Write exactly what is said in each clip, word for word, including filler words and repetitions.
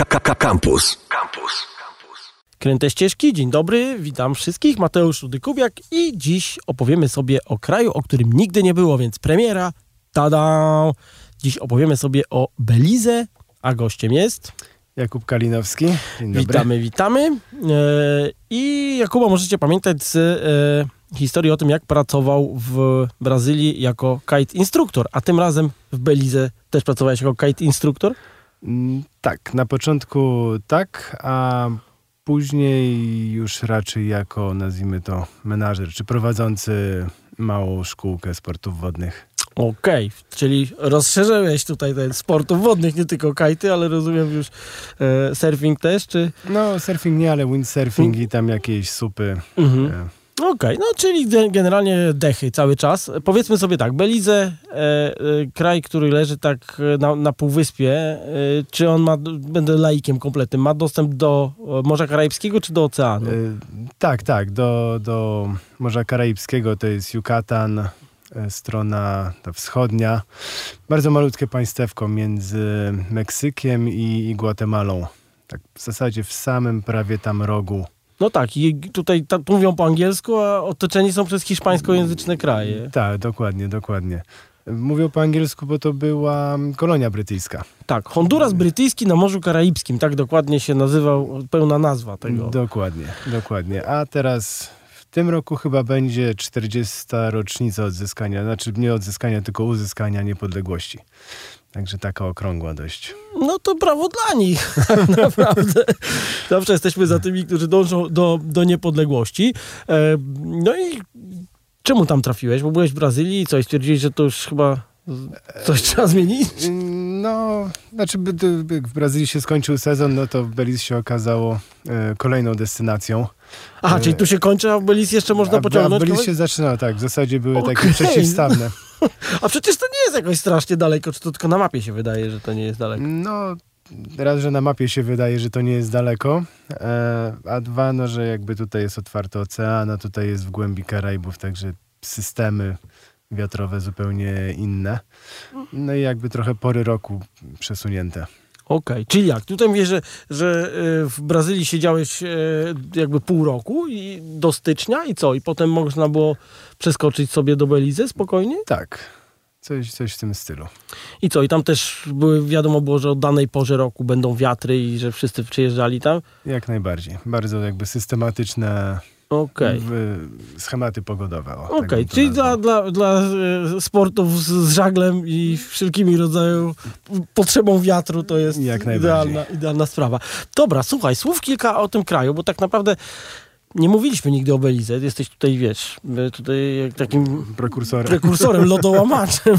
Campus. Campus. Kręte ścieżki, dzień dobry, witam wszystkich, Mateusz Rudy-Kubiak i dziś opowiemy sobie o kraju, o którym nigdy nie było, więc premiera, tada! Dziś opowiemy sobie o Belize, a gościem jest... Jakub Kalinowski, dzień dobry. Witamy, witamy. E, I Jakuba możecie pamiętać z e, historii o tym, jak pracował w Brazylii jako kite instruktor, a tym razem w Belize też pracowałeś jako kite instruktor? Mm, tak, na początku tak, a później już raczej jako, nazwijmy to, menadżer, czy prowadzący małą szkółkę sportów wodnych. Okej, okay, czyli rozszerzyłeś tutaj ten sportów wodnych, nie tylko kajty, ale rozumiem już e, surfing też, czy? No, surfing nie, ale windsurfing i tam jakieś supy. Mhm. E. Okej, okay, no czyli de- generalnie dechy cały czas. Powiedzmy sobie tak, Belize, e, e, kraj, który leży tak na, na półwyspie, e, czy on ma, będę laikiem kompletnym, ma dostęp do Morza Karaibskiego czy do oceanu? E, tak, tak, do, do Morza Karaibskiego to jest Yucatan, strona ta wschodnia. Bardzo malutkie państewko między Meksykiem i, i Gwatemalą. Tak w zasadzie w samym prawie tam rogu. No tak, i tutaj ta, mówią po angielsku, a otoczeni są przez hiszpańskojęzyczne kraje. Tak, dokładnie, dokładnie. Mówią po angielsku, bo to była kolonia brytyjska. Tak, Honduras brytyjski na Morzu Karaibskim, tak dokładnie się nazywał, pełna nazwa tego. Dokładnie, dokładnie. A teraz w tym roku chyba będzie czterdziesta rocznica odzyskania, znaczy nie odzyskania, tylko uzyskania niepodległości. Także taka okrągła dość. No to brawo dla nich, naprawdę. Zawsze jesteśmy za tymi, którzy dążą do, do niepodległości. E, no i czemu tam trafiłeś? Bo byłeś w Brazylii i coś, stwierdziłeś, że to już chyba coś trzeba zmienić? No, znaczy by, by w Brazylii się skończył sezon, no to Belize się okazało e, kolejną destynacją. Aha, e, czyli tu się kończy, a w Belize jeszcze można a, pociągnąć? A Belize się zaczyna, tak. W zasadzie były okay. takie przeciwstawne. A przecież to nie jest jakoś strasznie daleko, czy to tylko na mapie się wydaje, że to nie jest daleko? No, raz, że na mapie się wydaje, że to nie jest daleko, e, a dwa, no, że jakby tutaj jest otwarty ocean, a tutaj jest w głębi Karaibów, także systemy wiatrowe zupełnie inne. No i jakby trochę pory roku przesunięte. Okej, okay. Czyli jak? Tutaj mówię, że, że w Brazylii siedziałeś jakby pół roku i do stycznia i co? I potem można było przeskoczyć sobie do Belize spokojnie? Tak, coś, coś w tym stylu. I co? I tam też były, wiadomo było, że o danej porze roku będą wiatry i że wszyscy przyjeżdżali tam? Jak najbardziej. Bardzo jakby systematyczne okay. w, schematy pogodowe. Okej, okay. Czyli dla, dla, dla sportów z, z żaglem i wszelkimi rodzajami potrzebą wiatru to jest idealna, idealna sprawa. Dobra, słuchaj, słów kilka o tym kraju, bo tak naprawdę nie mówiliśmy nigdy o Belize. Jesteś tutaj, wiesz, tutaj takim prekursorem, prekursorem lodołamaczem.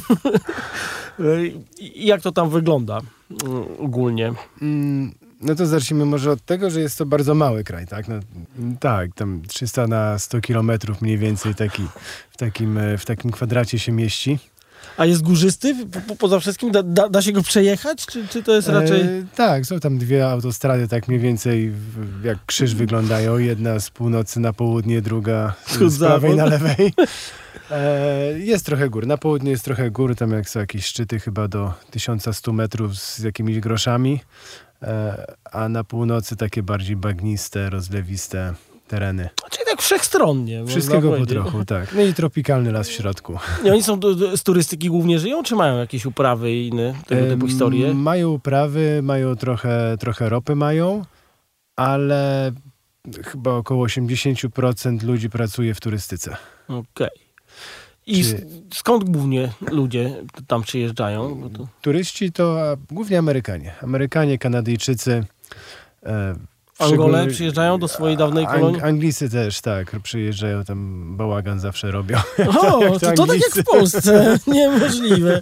Jak to tam wygląda ogólnie? Mm. No to zacznijmy może od tego, że jest to bardzo mały kraj, tak? No, tak, tam trzysta na sto kilometrów mniej więcej taki, w, takim, w takim kwadracie się mieści. A jest górzysty? Po, poza wszystkim da, da, da się go przejechać? Czy, czy to jest raczej... E, tak, są tam dwie autostrady tak mniej więcej jak krzyż wyglądają. Jedna z północy na południe, druga z prawej na lewej. E, jest trochę gór. Na południu jest trochę gór, tam jak są jakieś szczyty chyba do tysiąc sto metrów z jakimiś groszami. A na północy takie bardziej bagniste, rozlewiste tereny. Czyli tak wszechstronnie. Wszystkiego po trochu, tak. No i tropikalny las w środku. I oni są z turystyki głównie żyją, czy mają jakieś uprawy i inne tego typu historie? Mają uprawy, mają trochę, trochę ropy mają, ale chyba około osiemdziesiąt procent ludzi pracuje w turystyce. Okej. Okay. I Czy... skąd głównie ludzie tam przyjeżdżają? Bo to... Turyści to a, głównie Amerykanie. Amerykanie, Kanadyjczycy. E, Angole szczegół... przyjeżdżają do swojej dawnej kolonii? Ang- Anglicy też, tak. Przyjeżdżają, tam bałagan zawsze robią. O, to, to, to tak jak w Polsce. Niemożliwe.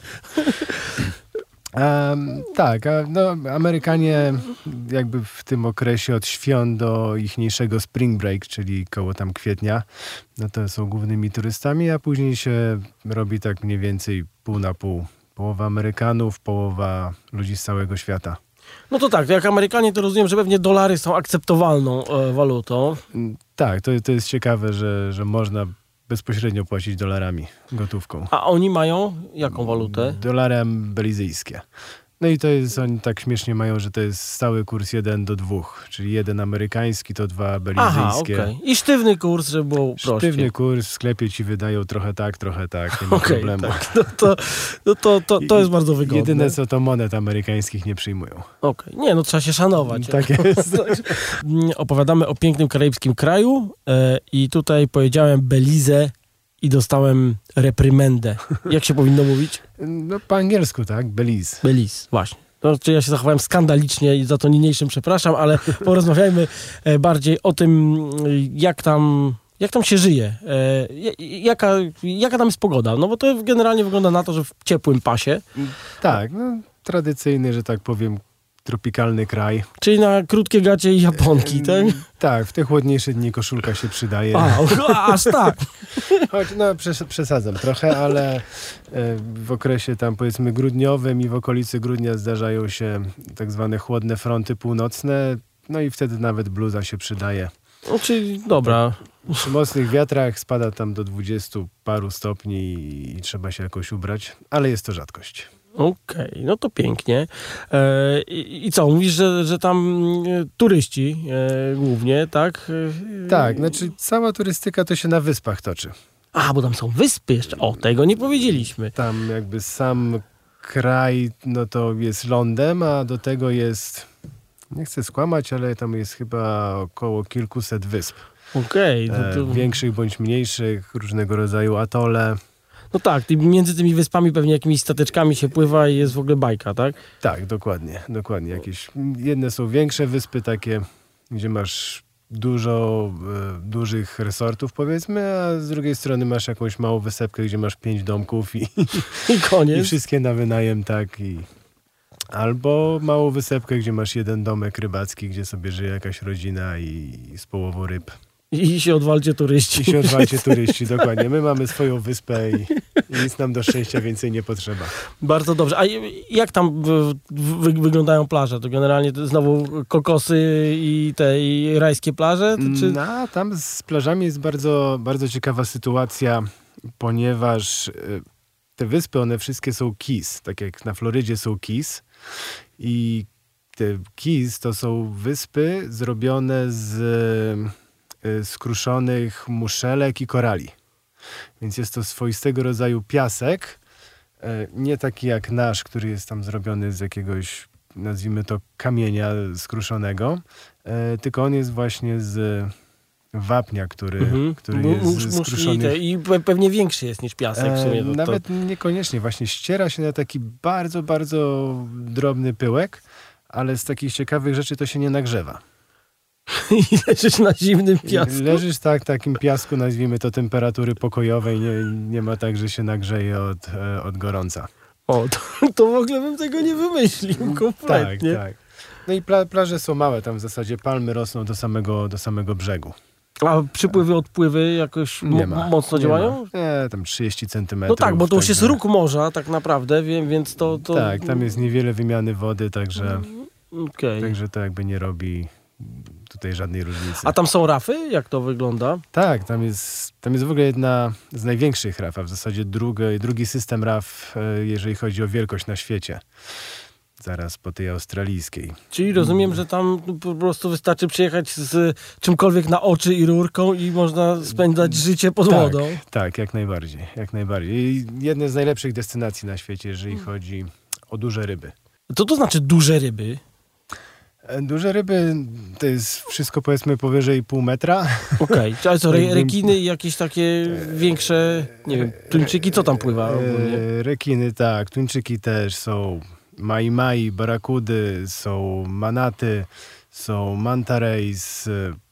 Um, tak, a no, Amerykanie jakby w tym okresie od świąt do ichniejszego spring break, czyli koło tam kwietnia, no to są głównymi turystami, a później się robi tak mniej więcej pół na pół. Połowa Amerykanów, połowa ludzi z całego świata. No to tak, jak Amerykanie to rozumiem, że pewnie dolary są akceptowalną e, walutą. Tak, to, to jest ciekawe, że, że można bezpośrednio płacić dolarami, gotówką. A oni mają jaką walutę? Dolary belizyjskie. No i to jest, oni tak śmiesznie mają, że to jest stały kurs jeden do dwóch, czyli jeden amerykański, to dwa belizyjskie. Aha, okay. I sztywny kurs, żeby było prościej. Sztywny kurs, w sklepie ci wydają trochę tak, trochę tak, nie ma okay, problemu. Tak. No to, no to, to, to jest bardzo wygodne. Jedyne co, to monet amerykańskich nie przyjmują. Okej, okay. Nie, no trzeba się szanować. Tak jest. Opowiadamy o pięknym karaibskim kraju e, i tutaj powiedziałem Belize i dostałem reprymendę. Jak się powinno mówić? No po angielsku, tak? Belize. Belize, właśnie. No, czy ja się zachowałem skandalicznie i za to niniejszym przepraszam, ale porozmawiajmy bardziej o tym, jak tam, jak tam się żyje. Jaka, jaka tam jest pogoda? No bo to generalnie wygląda na to, że w ciepłym pasie. Tak, no tradycyjny, że tak powiem, tropikalny kraj. Czyli na krótkie gacie i japonki, tak? Tak, w te chłodniejsze dni koszulka się przydaje. A, aż tak. Choć no przes- przesadzam trochę, ale w okresie tam powiedzmy grudniowym i w okolicy grudnia zdarzają się tak zwane chłodne fronty północne, no i wtedy nawet bluza się przydaje. No, czyli dobra. Przy mocnych wiatrach spada tam do dwudziestu paru stopni i, i trzeba się jakoś ubrać, ale jest to rzadkość. Okej, okay, no to pięknie. E, i, I co, mówisz, że, że tam e, turyści e, głównie, tak? E, tak, znaczy cała turystyka to się na wyspach toczy. A, bo tam są wyspy jeszcze. O, tego nie powiedzieliśmy. Tam jakby sam kraj, no to jest lądem, a do tego jest, nie chcę skłamać, ale tam jest chyba około kilkuset wysp. Okej. Okay, no to... e, większych bądź mniejszych, różnego rodzaju atole. No tak, między tymi wyspami pewnie jakimiś stateczkami się pływa i jest w ogóle bajka, tak? Tak, dokładnie, dokładnie. Jakieś, jedne są większe wyspy takie, gdzie masz dużo e, dużych resortów powiedzmy, a z drugiej strony masz jakąś małą wysepkę, gdzie masz pięć domków i, I koniec. I wszystkie na wynajem, tak. I, albo małą wysepkę, gdzie masz jeden domek rybacki, gdzie sobie żyje jakaś rodzina i, i z połową ryb. I się odwalcie turyści. I się odwalcie turyści, dokładnie. My mamy swoją wyspę i, i nic nam do szczęścia więcej nie potrzeba. Bardzo dobrze. A jak tam wy, wy, wyglądają plaże? To generalnie to znowu kokosy i te i rajskie plaże? To czy... No, tam z plażami jest bardzo, bardzo ciekawa sytuacja, ponieważ te wyspy, one wszystkie są keys. Tak jak na Florydzie są keys. I te keys to są wyspy zrobione z skruszonych muszelek i korali. Więc jest to swoistego rodzaju piasek, nie taki jak nasz, który jest tam zrobiony z jakiegoś, nazwijmy to, kamienia skruszonego, tylko on jest właśnie z wapnia, który, mhm. który jest M- skruszony. I pewnie większy jest niż piasek. W sumie, to, Nawet to... niekoniecznie. Właśnie ściera się na taki bardzo, bardzo drobny pyłek, ale z takich ciekawych rzeczy to się nie nagrzewa. I leżysz na zimnym piasku? Leżysz tak, takim piasku, nazwijmy to temperatury pokojowej, nie, nie ma tak, że się nagrzeje od, od gorąca. O, to, to w ogóle bym tego nie wymyślił kompletnie. Tak, tak. No i pla, plaże są małe, tam w zasadzie palmy rosną do samego, do samego brzegu. A przypływy, odpływy jakoś nie ma, mocno nie działają? Ma. Nie, tam trzydzieści centymetrów. No tak, bo to już także... jest róg morza tak naprawdę, więc to... to... Tak, tam jest niewiele wymiany wody, także, okay. także to jakby nie robi tutaj żadnej różnicy. A tam są rafy? Jak to wygląda? Tak, tam jest, tam jest w ogóle jedna z największych raf, a w zasadzie drugi, drugi system raf, jeżeli chodzi o wielkość na świecie. Zaraz po tej australijskiej. Czyli rozumiem, że tam po prostu wystarczy przyjechać z czymkolwiek na oczy i rurką i można spędzać życie pod tak, wodą. Tak, jak najbardziej. Jak najbardziej. I jedne z najlepszych destynacji na świecie, jeżeli chodzi o duże ryby. Co to znaczy duże ryby? Duże ryby to jest wszystko powiedzmy powyżej pół metra. Okej, okay. Ale co, re- rekiny i jakieś takie większe, nie wiem, tuńczyki, co tam pływa ogólnie? Rekiny, tak, tuńczyki też są. Mai-mai, barakudy, są manaty, są manta rays.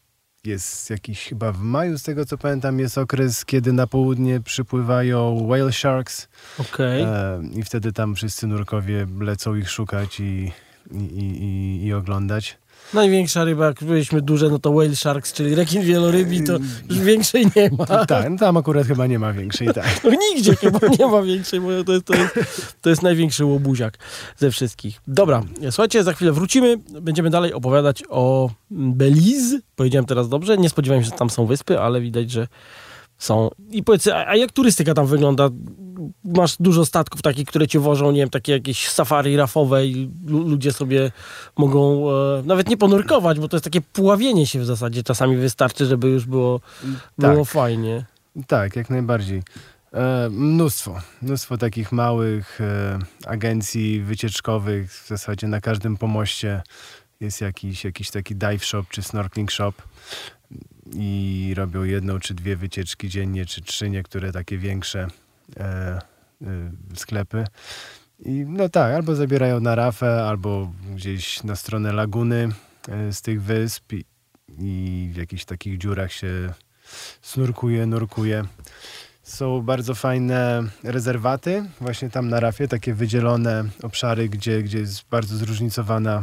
Jest jakiś chyba w maju, z tego co pamiętam, jest okres, kiedy na południe przypływają whale sharks. Okay. E, I wtedy tam wszyscy nurkowie lecą ich szukać i, i, i, i oglądać. Największa ryba, jak byliśmy duże, no to whale sharks, czyli rekin wielorybi, to już większej nie ma. Tak, no tam akurat chyba nie ma większej, tak. No nigdzie chyba nie ma większej, bo to jest, to jest, to jest największy łobuziak ze wszystkich. Dobra, słuchajcie, za chwilę wrócimy, będziemy dalej opowiadać o Belize. Powiedziałem teraz dobrze, nie spodziewałem się, że tam są wyspy, ale widać, że są. I powiedz, a, a jak turystyka tam wygląda? Masz dużo statków takich, które cię wożą, nie wiem, takie jakieś safari rafowe i lu- ludzie sobie mogą e, nawet nie ponurkować, bo to jest takie puławienie się w zasadzie. Czasami wystarczy, żeby już było, tak. było fajnie. Tak, jak najbardziej. E, mnóstwo. Mnóstwo takich małych e, agencji wycieczkowych. W zasadzie na każdym pomoście jest jakiś, jakiś taki dive shop czy snorkeling shop. I robią jedną czy dwie wycieczki dziennie, czy trzy, niektóre takie większe e, e, sklepy. I no tak, albo zabierają na rafę, albo gdzieś na stronę laguny e, z tych wysp i, i w jakichś takich dziurach się snurkuje, nurkuje. Są bardzo fajne rezerwaty, właśnie tam na rafie, takie wydzielone obszary, gdzie, gdzie jest bardzo zróżnicowana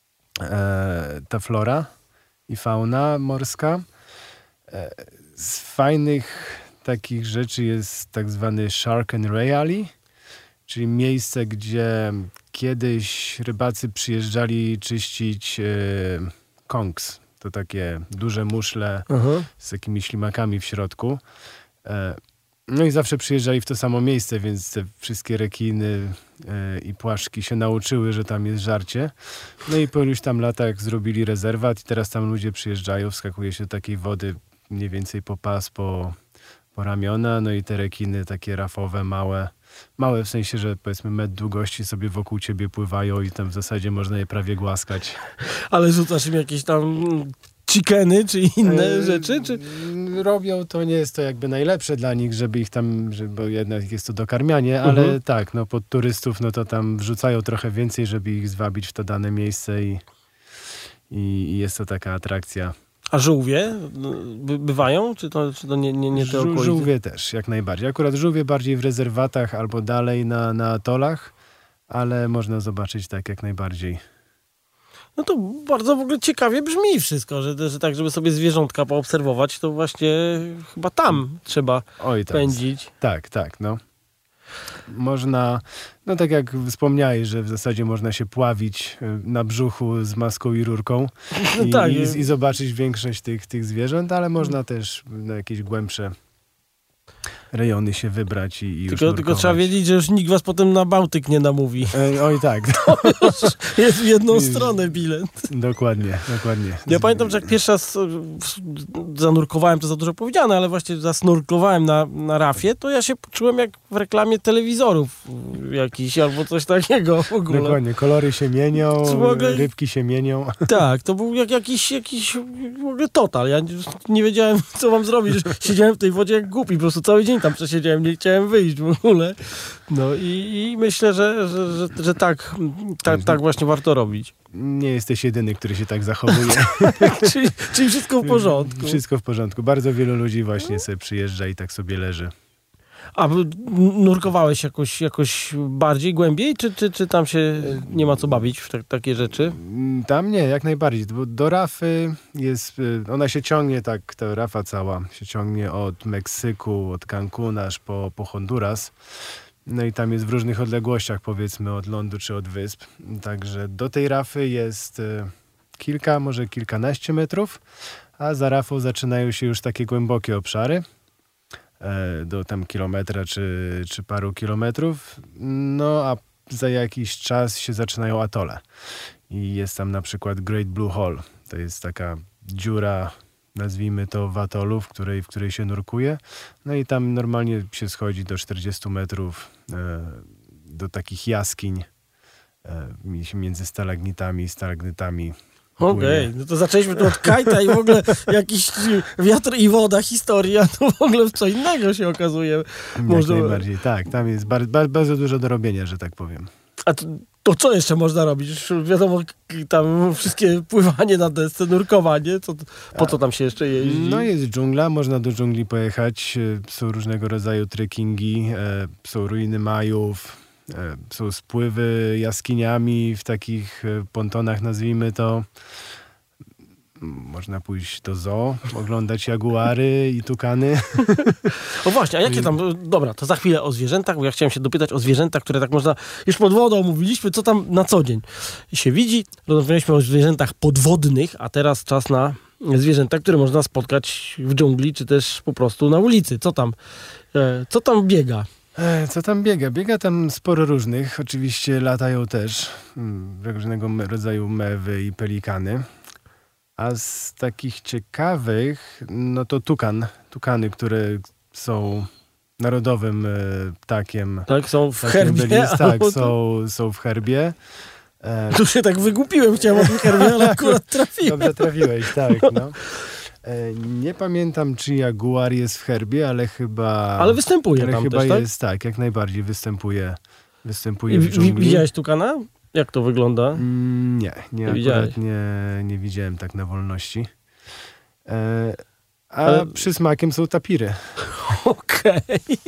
e, ta flora i fauna morska. E, z fajnych takich rzeczy jest tak zwany Shark and Ray Alley, czyli miejsce, gdzie kiedyś rybacy przyjeżdżali czyścić e, kongs. To takie duże muszle uh-huh. z takimi ślimakami w środku. E, no i zawsze przyjeżdżali w to samo miejsce, więc te wszystkie rekiny e, i płaszczki się nauczyły, że tam jest żarcie. No i po iluś tam latach zrobili rezerwat i teraz tam ludzie przyjeżdżają, wskakuje się do takiej wody mniej więcej po pas, po, po ramiona, no i te rekiny takie rafowe, małe, małe w sensie, że powiedzmy metr długości sobie wokół ciebie pływają i tam w zasadzie można je prawie głaskać. Ale rzucasz im jakieś tam chickeny czy inne e, rzeczy? Czy? Robią to, nie jest to jakby najlepsze dla nich, żeby ich tam, żeby, bo jednak jest to dokarmianie, ale uh-huh. tak, no pod turystów, no to tam wrzucają trochę więcej, żeby ich zwabić w to dane miejsce i, i, i jest to taka atrakcja. A żółwie by, bywają? Czy to, czy to nie, nie, nie te okolice? Żółwie też, jak najbardziej. Akurat żółwie bardziej w rezerwatach albo dalej na, na atolach, ale można zobaczyć tak jak najbardziej. No to bardzo w ogóle ciekawie brzmi wszystko, że, że tak, żeby sobie zwierzątka poobserwować, to właśnie chyba tam trzeba Oj, tak. pędzić. Tak, tak, no. Można, no tak jak wspomniałeś, że w zasadzie można się pławić na brzuchu z maską i rurką i, no tak, i, i zobaczyć większość tych, tych zwierząt, ale można też na jakieś głębsze rejony się wybrać i, i tylko, już tylko trzeba wiedzieć, że już nikt was potem na Bałtyk nie namówi. E, oj tak. To już jest w jedną stronę bilet. Dokładnie, dokładnie. Ja pamiętam, że jak pierwszy raz zanurkowałem, to za dużo powiedziane, ale właśnie zasnurkowałem na, na rafie, to ja się poczułem jak w reklamie telewizorów jakiś albo coś takiego w ogóle. Dokładnie, kolory się mienią, ogóle... rybki się mienią. Tak, to był jak jakiś, jakiś w ogóle total. Ja nie wiedziałem, co mam zrobić. Siedziałem w tej wodzie jak głupi, po prostu cały dzień tam przesiedziałem, nie chciałem wyjść w ogóle. No i, i myślę, że, że, że, że tak, tak, tak właśnie warto robić. Nie jesteś jedyny, który się tak zachowuje. czyli, czyli wszystko w porządku. Wszystko w porządku. Bardzo wielu ludzi właśnie sobie przyjeżdża i tak sobie leży. A nurkowałeś jakoś, jakoś bardziej, głębiej, czy, czy, czy tam się nie ma co bawić w te, takie rzeczy? Tam nie, jak najbardziej. Bo do rafy jest, ona się ciągnie tak, ta rafa cała się ciągnie od Meksyku, od Cancún aż po, po Honduras. No i tam jest w różnych odległościach, powiedzmy od lądu czy od wysp. Także do tej rafy jest kilka, może kilkanaście metrów, a za rafą zaczynają się już takie głębokie obszary. Do tam kilometra czy, czy paru kilometrów. No a za jakiś czas się zaczynają atole. I jest tam na przykład Great Blue Hole. To jest taka dziura, nazwijmy to w atolu, w której, w której się nurkuje. No i tam normalnie się schodzi do czterdziestu metrów e, do takich jaskiń e, między stalagmitami i stalagnytami. Okej, okay. No to zaczęliśmy tu od kajta i w ogóle jakiś wiatr i woda, historia, to w ogóle co innego się okazuje. Jak Może... najbardziej, tak. Tam jest bar- bar- bardzo dużo do robienia, że tak powiem. A to, to co jeszcze można robić? Już wiadomo, tam wszystkie pływanie na desce, nurkowanie, co, po co tam się jeszcze jeździ? No jest dżungla, można do dżungli pojechać. Są różnego rodzaju trekkingi, są ruiny Majów, są spływy jaskiniami w takich pontonach, nazwijmy to. Można pójść do zoo, oglądać jaguary i tukany. O właśnie, a jakie tam... Dobra, to za chwilę o zwierzętach, bo ja chciałem się dopytać o zwierzęta, które tak można... Już pod wodą mówiliśmy, co tam na co dzień się widzi. Rozmawialiśmy o zwierzętach podwodnych, a teraz czas na zwierzęta, które można spotkać w dżungli, czy też po prostu na ulicy. Co tam, e, co tam biega? E, co tam biega? Biega tam sporo różnych. Oczywiście latają też mm, różnego me- rodzaju mewy i pelikany. A z takich ciekawych, no to tukan. Tukany, które są narodowym e, ptakiem. Tak, są w Takim herbie. Belize, tak, albo to- są, są w herbie. E, Tu się tak wygupiłem, chciałem o tym herbie, ale akurat trafiłem. Dobrze trafiłeś, tak. No. E, nie pamiętam, czy jaguar jest w herbie, ale chyba... Ale występuje ale tam chyba też, tak? jest, tak, jak najbardziej występuje, I występuje w wi- dżungli. widziałeś tukana? Jak to wygląda? Mm, Nie, nie, Nie widziałeś? akurat nie, nie widziałem tak na wolności. E, a Ale- przysmakiem są tapiry. Okej.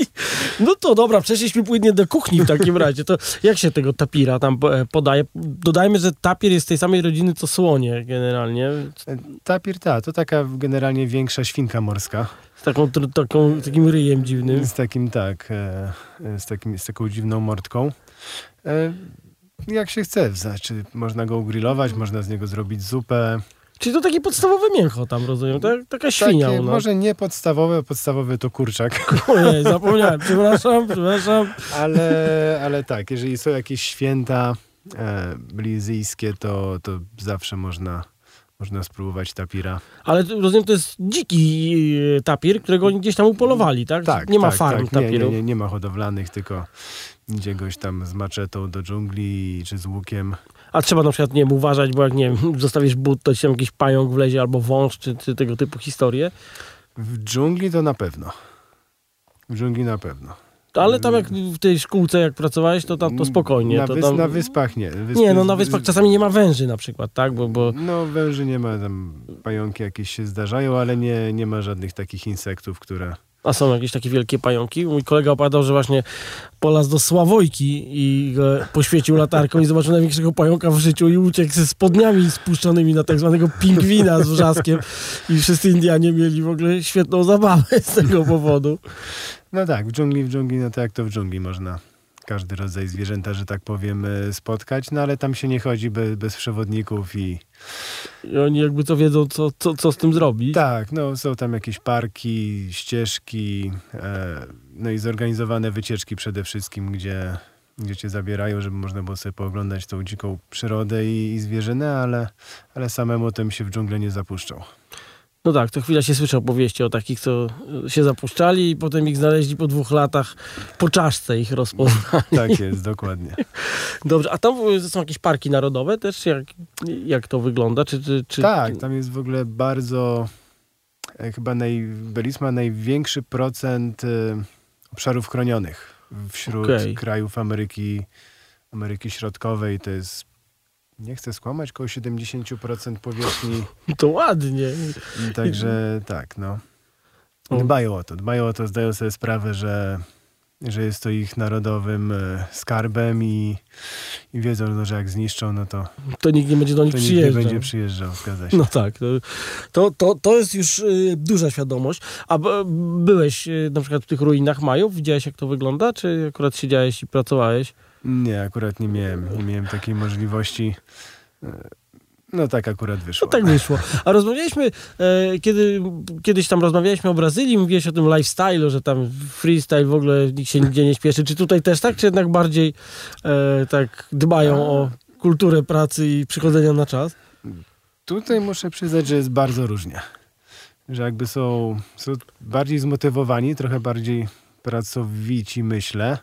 No to dobra, przeszliśmy płynnie do kuchni w takim razie. To jak się tego tapira tam e, podaje? Dodajmy, że tapir jest z tej samej rodziny co słonie generalnie. E, Tapir, ta, to taka generalnie większa świnka morska. Z taką, tr- taką, takim ryjem dziwnym. Z takim, tak, e, e, z, takim, z taką dziwną mordką. E, jak się chce, znaczy można go ugrillować, można z niego zrobić zupę. Czyli to takie podstawowe mięcho tam, rozumiem, tak? Taka świnia Takie, u nas. może nie podstawowe, podstawowe to kurczak, Ojej, zapomniałem, przepraszam, przepraszam. ale, ale tak, jeżeli są jakieś święta e, blizyjskie, to, to zawsze można, można spróbować tapira. Ale to, rozumiem, to jest dziki e, tapir, którego oni gdzieś tam upolowali, tak? Tak, Nie ma tak, farm tak. Nie, tapirów. nie, nie, nie ma hodowlanych, tylko idzie goś tam z maczetą do dżungli czy z łukiem. A trzeba na przykład, nie wiem, uważać, bo jak, nie wiem, zostawisz but, to ci tam jakiś pająk wlezie albo wąż, czy, czy tego typu historie. W dżungli to na pewno. W dżungli na pewno. Ale tam jak w tej szkółce, jak pracowałeś, to tam to spokojnie. Na, to wys- tam... na wyspach nie. Wyspy, Nie, no na wyspach czasami nie ma węży na przykład, tak? Bo, bo... No węży nie ma, tam pająki jakieś się zdarzają, ale nie, nie ma żadnych takich insektów, które... A są jakieś takie wielkie pająki? Mój kolega opowiadał, że właśnie polazł do Sławojki i go poświecił latarką i zobaczył największego pająka w życiu i uciekł ze spodniami spuszczonymi na tak zwanego pingwina z wrzaskiem i wszyscy Indianie mieli w ogóle świetną zabawę z tego powodu. No tak, w dżungli, w dżungli, no to jak to w dżungli można każdy rodzaj zwierzęta, że tak powiem, e, spotkać, no ale tam się nie chodzi be, bez przewodników i... I oni jakby co wiedzą, co, co, co z tym zrobić. Tak, no są tam jakieś parki, ścieżki, e, no i zorganizowane wycieczki przede wszystkim, gdzie, gdzie cię zabierają, żeby można było sobie pooglądać tą dziką przyrodę i, i zwierzynę, ale, ale samemu tym się w dżunglę nie zapuszczą. No tak, to chwila się słyszy opowieści o takich, co się zapuszczali i potem ich znaleźli po dwóch latach, po czaszce ich rozpoznali. Tak jest, dokładnie. Dobrze, a tam są jakieś parki narodowe też? Jak, jak to wygląda? Czy, czy, czy... Tak, tam jest w ogóle bardzo, e, chyba naj, Belize ma największy procent e, obszarów chronionych wśród Okej. krajów Ameryki, Ameryki Środkowej. To jest, nie chcę skłamać, około siedemdziesiąt procent powierzchni. To ładnie. Także tak, no. O. Dbają o to, dbają o to, zdają sobie sprawę, że, że jest to ich narodowym e, skarbem i, i wiedzą, no, że jak zniszczą, no to, To nikt nie będzie do nich to nikt nie przyjeżdżał. będzie przyjeżdżał, zgadza się. No tak, to, to, to, to jest już y, duża świadomość. A b, byłeś y, na przykład w tych ruinach Majów? Widziałeś, jak to wygląda? Czy akurat siedziałeś i pracowałeś? Nie, akurat nie miałem, nie miałem takiej możliwości. No tak akurat wyszło. No tak wyszło. A rozmawialiśmy, e, kiedy kiedyś tam rozmawialiśmy o Brazylii, mówiłeś o tym lifestyle'u, że tam freestyle w ogóle nikt się nigdzie nie śpieszy. Czy tutaj też tak, czy jednak bardziej e, tak dbają o kulturę pracy i przychodzenia na czas? Tutaj muszę przyznać, że jest bardzo różnie. Że jakby są, są bardziej zmotywowani, trochę bardziej pracowici, myślę.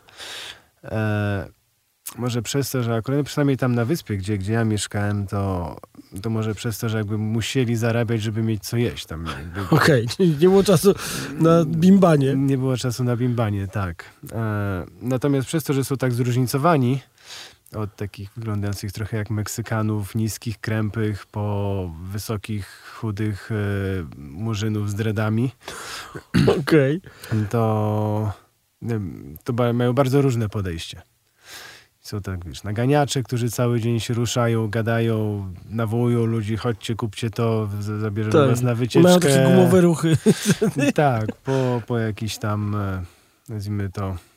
E, może przez to, że akurat przynajmniej tam na wyspie, gdzie, gdzie ja mieszkałem, to, to może przez to, że jakby musieli zarabiać, żeby mieć co jeść. Tam jakby Okej, okay. Nie było czasu na bimbanie. nie było czasu na bimbanie, tak. E, natomiast przez to, że są tak zróżnicowani, od takich wyglądających trochę jak Meksykanów, niskich, krępych, po wysokich, chudych e, murzynów z dreadami, Okej. to, nie wiem, to ba- mają bardzo różne podejście. Są tak, wiesz, naganiacze, którzy cały dzień się ruszają, gadają, nawołują ludzi, chodźcie, kupcie to, z- zabierzemy Tak. was na wycieczkę. Mają takie gumowe ruchy. Tak, po, po jakiś tam, e, nazwijmy to,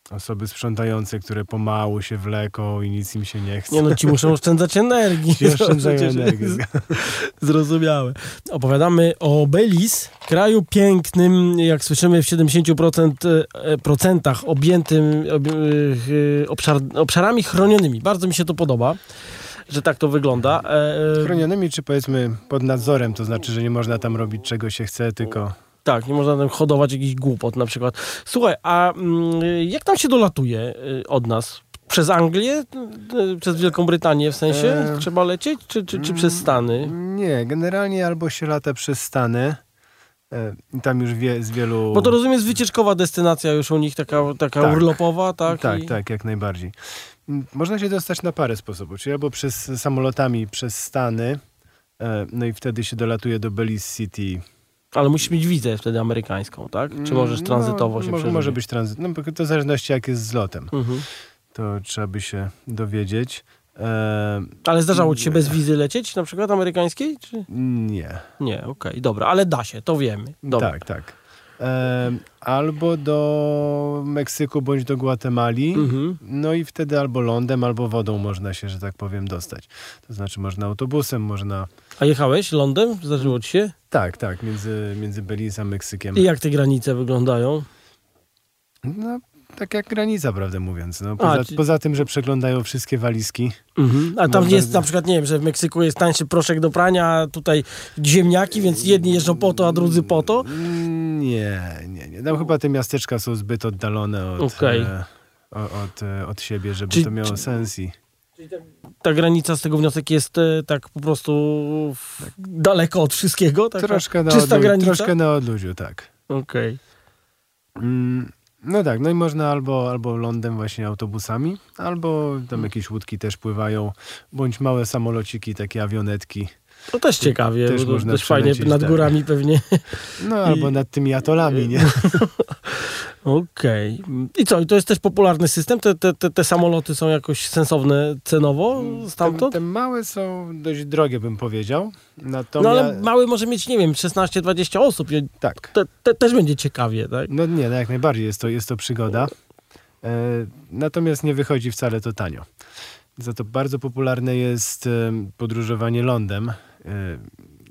osoby sprzątające, które pomału się wleką i nic im się nie chce. Nie no, ci muszą oszczędzać energii. Ci oszczędzają energii. Zrozumiałe. Opowiadamy o Belize, kraju pięknym, jak słyszymy w siedemdziesięciu procentach objętym obszar, obszarami chronionymi. Bardzo mi się to podoba, że tak to wygląda. Chronionymi czy powiedzmy pod nadzorem, to znaczy, że nie można tam robić czego się chce, tylko... Tak, nie można tam hodować jakichś głupot na przykład. Słuchaj, a jak tam się dolatuje od nas? Przez Anglię? Przez Wielką Brytanię w sensie? E... Trzeba lecieć? Czy, czy, czy przez Stany? Nie, generalnie albo się lata przez Stany. E, tam już wie, z wielu... Bo to rozumiem, jest wycieczkowa destynacja już u nich, taka, taka tak. urlopowa, tak? Tak, I... tak, jak najbardziej. Można się dostać na parę sposobów, czyli albo przez samolotami przez Stany, e, no i wtedy się dolatuje do Belize City. Ale musisz mieć wizę wtedy amerykańską, tak? Czy możesz tranzytowo no, się może, może być tranzyt. No, to w zależności jak jest z lotem. Mhm. To trzeba by się dowiedzieć. E... Ale zdarzało ci się bez wizy lecieć, na przykład amerykańskiej? Czy... Nie. Nie, okej, okay, dobra, ale da się, to wiemy. Dobra. Tak, tak. E... Albo do Meksyku, bądź do Gwatemali. Mhm. No i wtedy albo lądem, albo wodą można się, że tak powiem, dostać. To znaczy można autobusem, można... A jechałeś lądem? Zdarzyło ci się? Tak, tak, między, między Belize a Meksykiem. I jak te granice wyglądają? No, tak jak granica, prawdę mówiąc. No, poza, a, ci... poza tym, że przeglądają wszystkie walizki. Mhm. A tam jest na przykład, nie wiem, że w Meksyku jest tańszy proszek do prania, a tutaj ziemniaki, więc jedni jeżdżą po to, a drudzy po to? Nie, nie, nie. Tam chyba te miasteczka są zbyt oddalone od, okay. e, od, e, od siebie, żeby Czyli, to miało czy... sens i... Czyli ta, ta granica z tego wniosek jest e, tak po prostu w, daleko od wszystkiego? Taka troszkę na, czysta odlu- granica? troszkę na odludziu, tak. Okej. Okay. Mm, no tak, no i można albo, albo lądem właśnie autobusami, albo tam jakieś łódki też pływają, bądź małe samolociki, takie awionetki. To też ciekawie, też bo można też fajnie nad tak. górami pewnie. No I... albo nad tymi atolami, nie? Okej. Okay. I co? I to jest też popularny system? Te, te, te, te samoloty są jakoś sensowne cenowo stamtąd? Te, te małe są dość drogie, bym powiedział. Natomiast... No ale mały może mieć, nie wiem, szesnaście dwadzieścia osób. Tak. Te, te, też będzie ciekawie, tak? No nie, no jak najbardziej. Jest to, jest to przygoda. E, natomiast nie wychodzi wcale to tanio. Za to bardzo popularne jest e, podróżowanie lądem. E,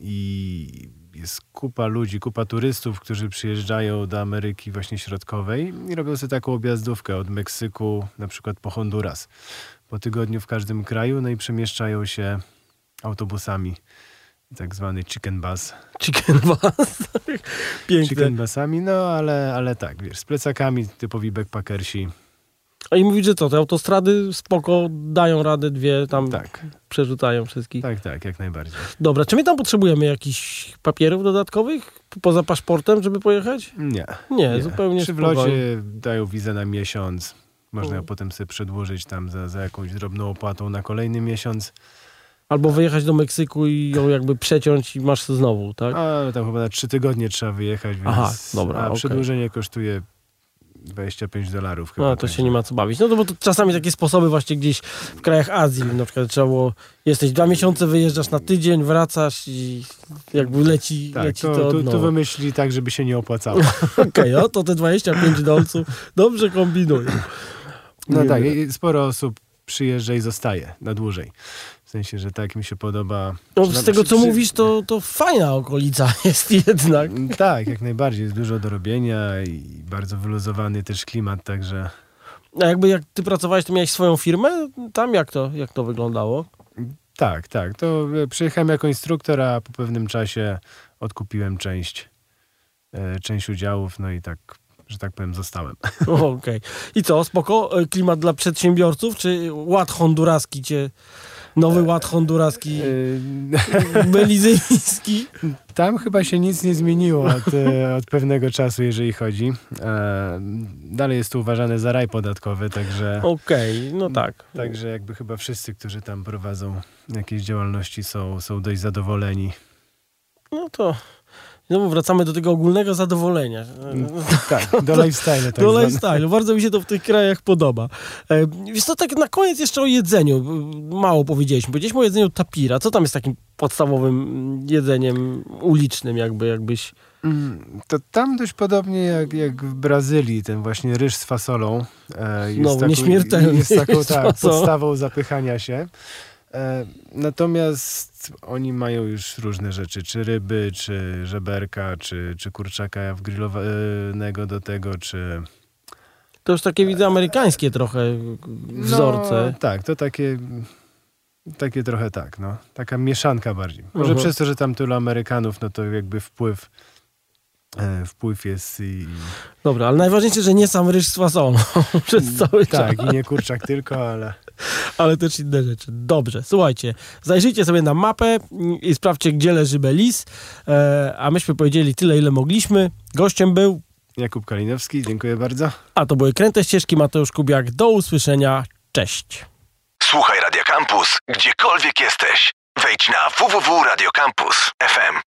I jest kupa ludzi, kupa turystów, którzy przyjeżdżają do Ameryki właśnie Środkowej i robią sobie taką objazdówkę od Meksyku na przykład po Honduras. Po tygodniu w każdym kraju, no i przemieszczają się autobusami. Tak zwany chicken bus. Chicken bus. Piękne. Chicken busami, no ale, ale tak, wiesz, z plecakami typowi backpackersi. A i mówić, że co, te autostrady spoko dają radę, dwie tam tak. przerzucają wszystkich. Tak, tak, jak najbardziej. Dobra, czy my tam potrzebujemy jakichś papierów dodatkowych poza paszportem, żeby pojechać? Nie. Nie, nie. zupełnie Przy wlocie dają wizę na miesiąc. Można ją potem sobie przedłużyć tam za, za jakąś drobną opłatą na kolejny miesiąc. Albo wyjechać do Meksyku i ją jakby przeciąć i masz znowu, tak? A tam chyba na trzy tygodnie trzeba wyjechać, więc Aha, dobra, a okay. przedłużenie kosztuje dwadzieścia pięć dolarów chyba. No to się nie ma co bawić. No to bo to czasami takie sposoby właśnie gdzieś w krajach Azji, na przykład trzeba było, jesteś dwa miesiące, wyjeżdżasz na tydzień, wracasz i jakby leci, tak, leci to, to od to, nowa. to wymyśli tak, żeby się nie opłacało. Okej, okay, no to te dwadzieścia pięć dolców dobrze kombinują. No nie tak, wiem. Sporo osób przyjeżdża i zostaje na dłużej. W sensie, że tak mi się podoba. No, z tego, co przy... mówisz, to, to fajna okolica jest jednak. Tak, jak najbardziej. Jest dużo do robienia i bardzo wyluzowany też klimat, także... A jakby jak ty pracowałeś, to miałeś swoją firmę? Tam jak to, jak to wyglądało? Tak, tak. To przyjechałem jako instruktor, a po pewnym czasie odkupiłem część, e, część udziałów, no i tak, że tak powiem, zostałem. Okej. Okay. I co, spoko? Klimat dla przedsiębiorców, czy ład honduraski cię... Nowy ład honduraski, belizyjski. Tam chyba się nic nie zmieniło od, od pewnego czasu, jeżeli chodzi. Dalej jest to uważane za raj podatkowy, także... Okej, okay, no tak. Także jakby chyba wszyscy, którzy tam prowadzą jakieś działalności, są, są dość zadowoleni. No to... No wracamy do tego ogólnego zadowolenia. Tak, do lifestyle'u. Tak do lifestyle'u. Bardzo mi się to w tych krajach podoba. E, wiesz co, tak na koniec jeszcze o jedzeniu. Mało powiedzieliśmy. Powiedzieliśmy o jedzeniu tapira. Co tam jest takim podstawowym jedzeniem ulicznym, jakby, jakbyś... To tam dość podobnie jak, jak w Brazylii, ten właśnie ryż z fasolą e, jest, no, taką, nieśmiertelny jest taką ryż tak, z podstawą zapychania się. E, natomiast oni mają już różne rzeczy, czy ryby, czy żeberka, czy, czy kurczaka wgrillowanego do tego, czy... To już takie widzę amerykańskie trochę wzorce. No, tak, to takie... Takie trochę tak, no. Taka mieszanka bardziej. Może uh-huh. przez to, że tam tylu Amerykanów, no to jakby wpływ e, wpływ jest i... Dobra, ale najważniejsze, że nie sam ryż z fasolą przez cały czas. Tak, i nie kurczak tylko, ale... Ale też inne rzeczy. Dobrze, słuchajcie, zajrzyjcie sobie na mapę i sprawdźcie, gdzie leży Belize, e, a myśmy powiedzieli tyle, ile mogliśmy. Gościem był Jakub Kalinowski, dziękuję bardzo. A to były Kręte Ścieżki, Mateusz Kubiak. Do usłyszenia, cześć. Słuchaj Radio Campus, gdziekolwiek jesteś. Wejdź na w w w kropka radio campus kropka f m.